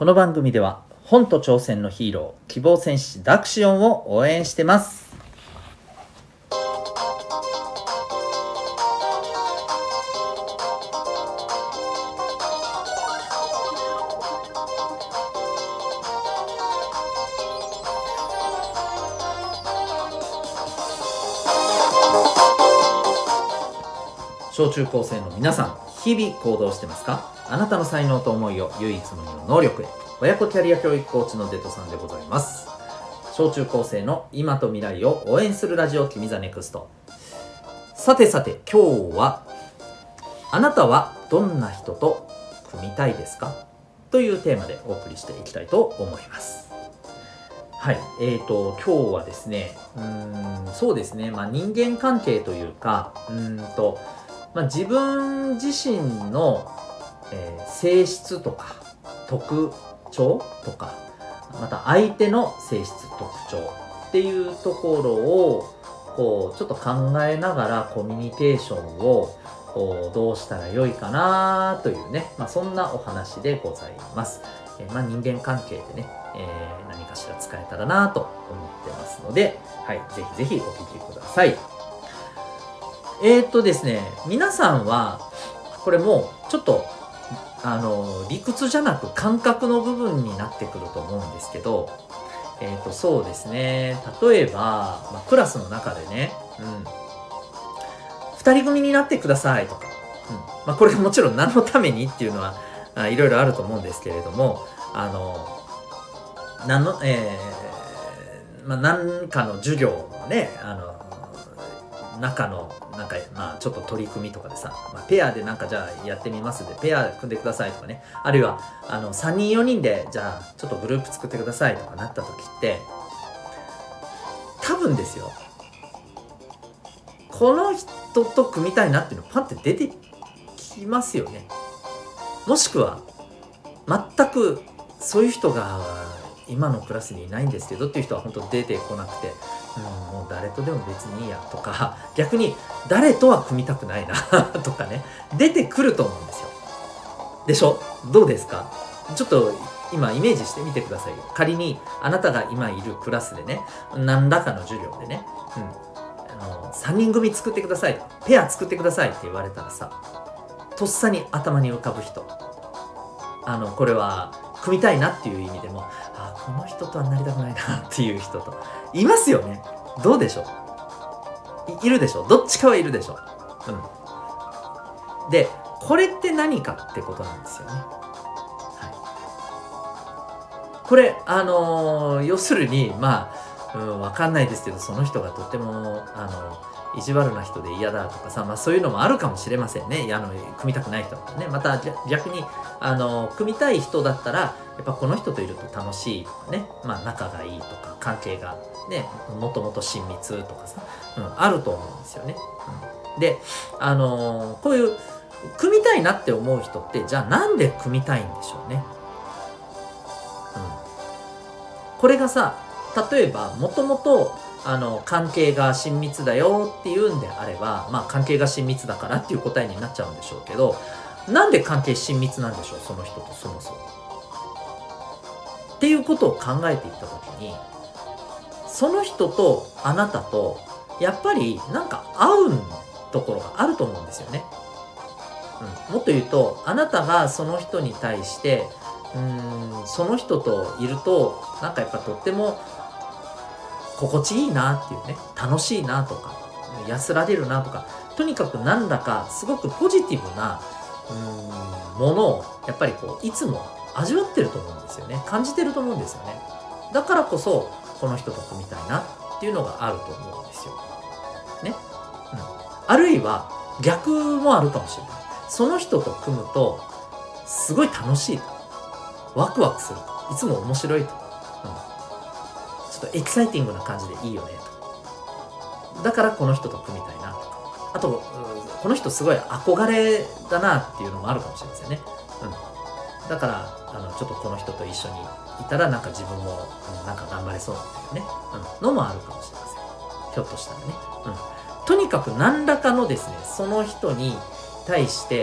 この番組では本と挑戦のヒーロー、希望戦士ダクシオンを応援してます。小中高生の皆さん、日々行動してますか？あなたの才能と思いを唯一無二の能力へ。親子キャリア教育コーチのデトさんでございます。小中高生の今と未来を応援するラジオ、君ザネクスト。さて今日は、あなたはどんな人と組みたいですか？というテーマでお送りしていきたいと思います。はい、今日はですね、そうですね、人間関係というか、自分自身の、性質とか特徴とか、また相手の性質特徴っていうところをちょっと考えながらコミュニケーションをどうしたらよいかなというね、そんなお話でございます。人間関係でね、何かしら使えたらなと思ってますので、はい、ぜひお聞きください。ですね、皆さんはこれもうちょっと理屈じゃなく感覚の部分になってくると思うんですけど、そうですね、例えば、クラスの中でね、2人組になってくださいとか、これがもちろん何のためにっていうのはいろいろあると思うんですけれども、何かの授業のね、中のちょっと取り組みとかでさ、ペアでじゃあやってみますで、ペア組んでくださいとかね、あるいは3人4人でじゃあちょっとグループ作ってくださいとかなった時って、多分ですよ、この人と組みたいなっていうのパンって出てきますよね。もしくは全くそういう人が今のクラスにいないんですけどっていう人は本当出てこなくて、もう誰とでも別にいいやとか、逆に誰とは組みたくないなとかね、出てくると思うんですよ。でしょ？どうですか？ちょっと今イメージしてみてくださいよ。仮にあなたが今いるクラスでね、何らかの授業でね、3人組作ってくださいとか、ペア作ってくださいって言われたらさ、とっさに頭に浮かぶ人、これは組みたいなっていう意味でも、この人とはなりたくないなっていう人といますよね。どうでしょう？いるでしょ？どっちかはいるでしょ？で、これって何かってことなんですよね。これ要するにわかんないですけど、その人がとっても意地悪な人で嫌だとかさ、そういうのもあるかもしれませんね。組みたくない人だったらね。また逆に組みたい人だったら、やっぱこの人といると楽しいとかね、仲がいいとか、関係がね、もともと親密とかさ、あると思うんですよね。で、こういう組みたいなって思う人って、じゃあなんで組みたいんでしょうね。これがさ、例えばもともと関係が親密だよっていうんであれば、関係が親密だからっていう答えになっちゃうんでしょうけど、なんで関係親密なんでしょう、その人とそもそもっていうことを考えていった時に、その人とあなたとやっぱり合うところがあると思うんですよね。もっと言うと、あなたがその人に対してその人といるとやっぱとっても心地いいなっていうね、楽しいなとか安られるなとか、とにかく何らかすごくポジティブなものをやっぱりいつも味わってると思うんですよね。感じてると思うんですよね。だからこそこの人と組みたいなっていうのがあると思うんですよね。あるいは逆もあるかもしれない。その人と組むとすごい楽しいと、ワクワクすると、いつも面白いと、ちょっとエキサイティングな感じでいいよねと、だからこの人と組みたいなとか、あとこの人すごい憧れだなっていうのもあるかもしれませんね。だからちょっとこの人と一緒にいたら自分も頑張れそうっていうね、のもあるかもしれません。ひょっとしたらね。とにかく何らかのですね、その人に対して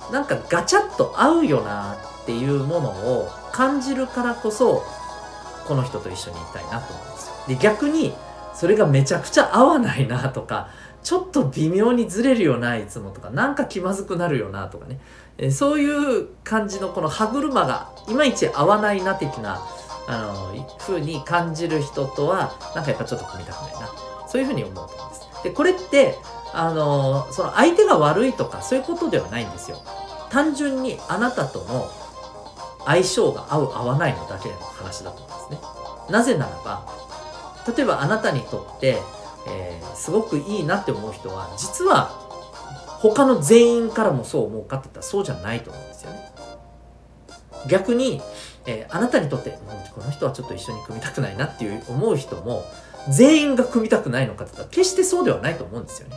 なんかガチャッと合うよなっていうものを感じるからこそ、この人と一緒にいたいなと思うんですよ。で、逆にそれがめちゃくちゃ合わないなとか、ちょっと微妙にずれるよな、いつもとか、なんか気まずくなるよなとかね、そういう感じのこの歯車がいまいち合わないな的な風に感じる人とは、なんかやっぱちょっと組みたくないな、そういう風に思うと思うんです。で、これってその相手が悪いとかそういうことではないんですよ。単純にあなたとの相性が合う合わないのだけの話だと思うんですね。なぜならば、例えばあなたにとって、すごくいいなって思う人は、実は他の全員からもそう思うかって言ったらそうじゃないと思うんですよね。逆に、あなたにとって、この人はちょっと一緒に組みたくないなっていう思う人も、全員が組みたくないのかって言ったら決してそうではないと思うんですよね。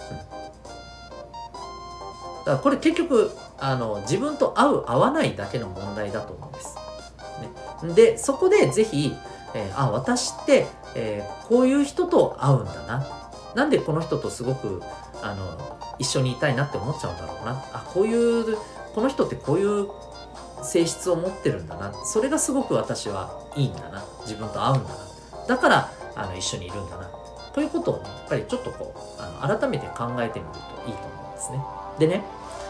だからこれ結局自分と合う合わないだけの問題だと思うんです。ね、でそこでぜひ、私って、こういう人と会うんだな。なんでこの人とすごく一緒にいたいなって思っちゃうんだろうな。この人ってこういう性質を持ってるんだな。それがすごく私はいいんだな。自分と合うんだな。だから一緒にいるんだな。ということをね、やっぱりちょっとこう改めて考えてみるといいと思うんですね。でね、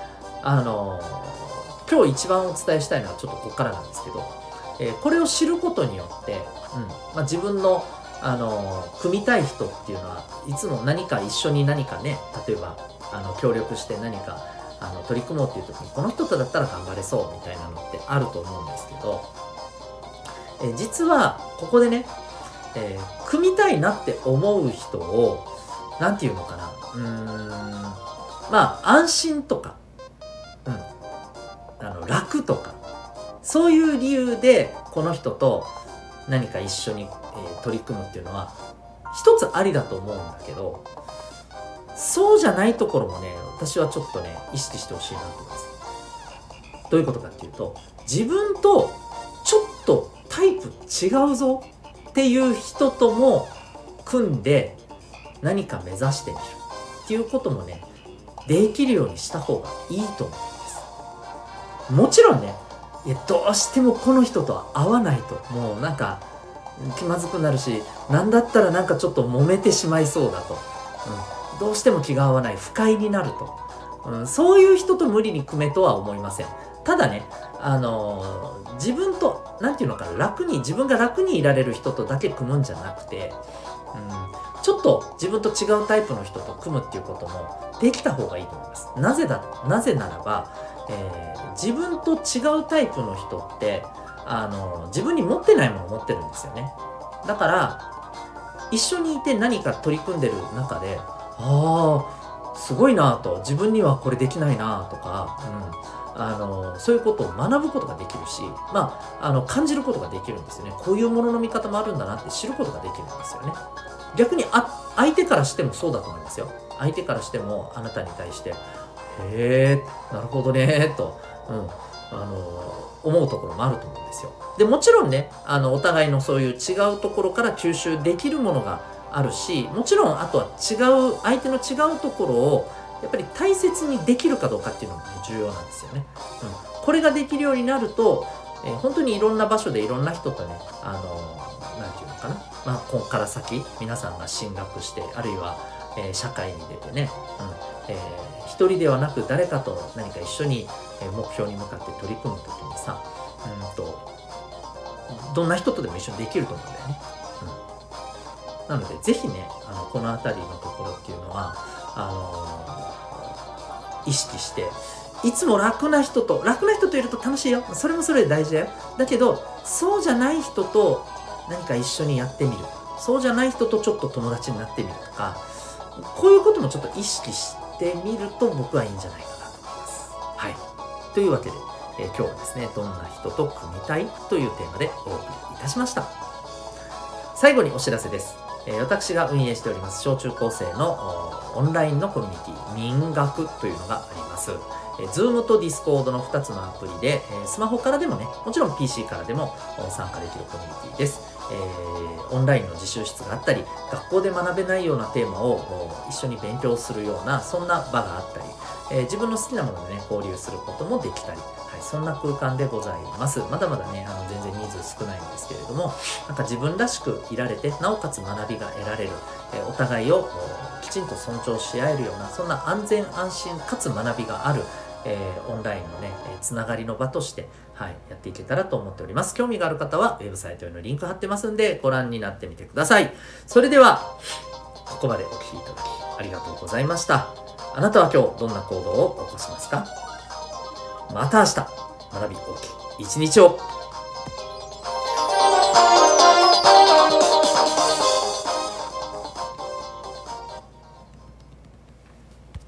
今日一番お伝えしたいのはちょっとここからなんですけど、これを知ることによって、自分の組みたい人っていうのはいつも何か一緒に何かね、例えば協力して何か取り組もうっていう時に、この人とだったら頑張れそうみたいなのってあると思うんですけど、実はここでね、組みたいなって思う人をなんていうのかな、安心とか、楽とか、そういう理由でこの人と何か一緒に、取り組むっていうのは一つありだと思うんだけど、そうじゃないところもね、私はちょっとね意識してほしいなと思います。どういうことかっていうと、自分とちょっとタイプ違うぞっていう人とも組んで何か目指してみるっていうこともね、できるようにした方がいいと思うんです。もちろんね、どうしてもこの人とは合わないと、もうなんか気まずくなるし、なんだったらなんかちょっと揉めてしまいそうだと、どうしても気が合わない、不快になると、そういう人と無理に組めとは思いません。ただね、自分となんていうのかな、自分が楽にいられる人とだけ組むんじゃなくて、ちょっと自分と違うタイプの人と組むっていうこともできた方がいいと思います。なぜならば、自分と違うタイプの人って自分に持ってないものを持ってるんですよね。だから一緒にいて何か取り組んでる中で、すごいなと、自分にはこれできないなとか、そういうことを学ぶことができるし、感じることができるんですよね。こういうものの見方もあるんだなって知ることができるんですよね。逆に相手からしてもそうだと思いますよ。相手からしてもあなたに対して、へえ、なるほどねと、思うところもあると思うんですよ。でもちろんね、お互いのそういう違うところから吸収できるものがあるし、もちろんあとは相手の違うところをやっぱり大切にできるかどうかっていうのも、ね、重要なんですよね。これができるようになると、本当にいろんな場所でいろんな人とね、なんていうのかな、ここから先皆さんが進学して、あるいは、社会に出てね、一人ではなく誰かと何か一緒に目標に向かって取り組むときにさ、どんな人とでも一緒にできると思うんだよね。なのでぜひね、この辺りのところっていうのは意識して、いつも楽な人といると楽しいよ。それもそれで大事だよ。だけどそうじゃない人と何か一緒にやってみる。そうじゃない人とちょっと友達になってみるとか、こういうこともちょっと意識してみると僕はいいんじゃないかなと思います。はい。というわけで、今日はですね、どんな人と組みたいというテーマでお送りいたしました。最後にお知らせです。私が運営しております小中高生のオンラインのコミュニティ、民学というのがあります。Zoom と Discord の2つのアプリで、スマホからでもね、もちろん PC からでも参加できるコミュニティです。 オンラインの自習室があったり、学校で学べないようなテーマを一緒に勉強するような、そんな場があったり、自分の好きなものでね、交流することもできたり、はい、そんな空間でございます。まだまだね、全然人数少ないんですけれども、なんか自分らしくいられて、なおかつ学びが得られる、お互いをきちんと尊重し合えるような、そんな安全安心かつ学びがある、オンラインのね、つながりの場として、はい、やっていけたらと思っております。興味がある方は、ウェブサイトへのリンク貼ってますんで、ご覧になってみてください。それでは、ここまでお聞きいただきありがとうございました。あなたは今日どんな行動を起こしますか？また明日、学び大きい一日を。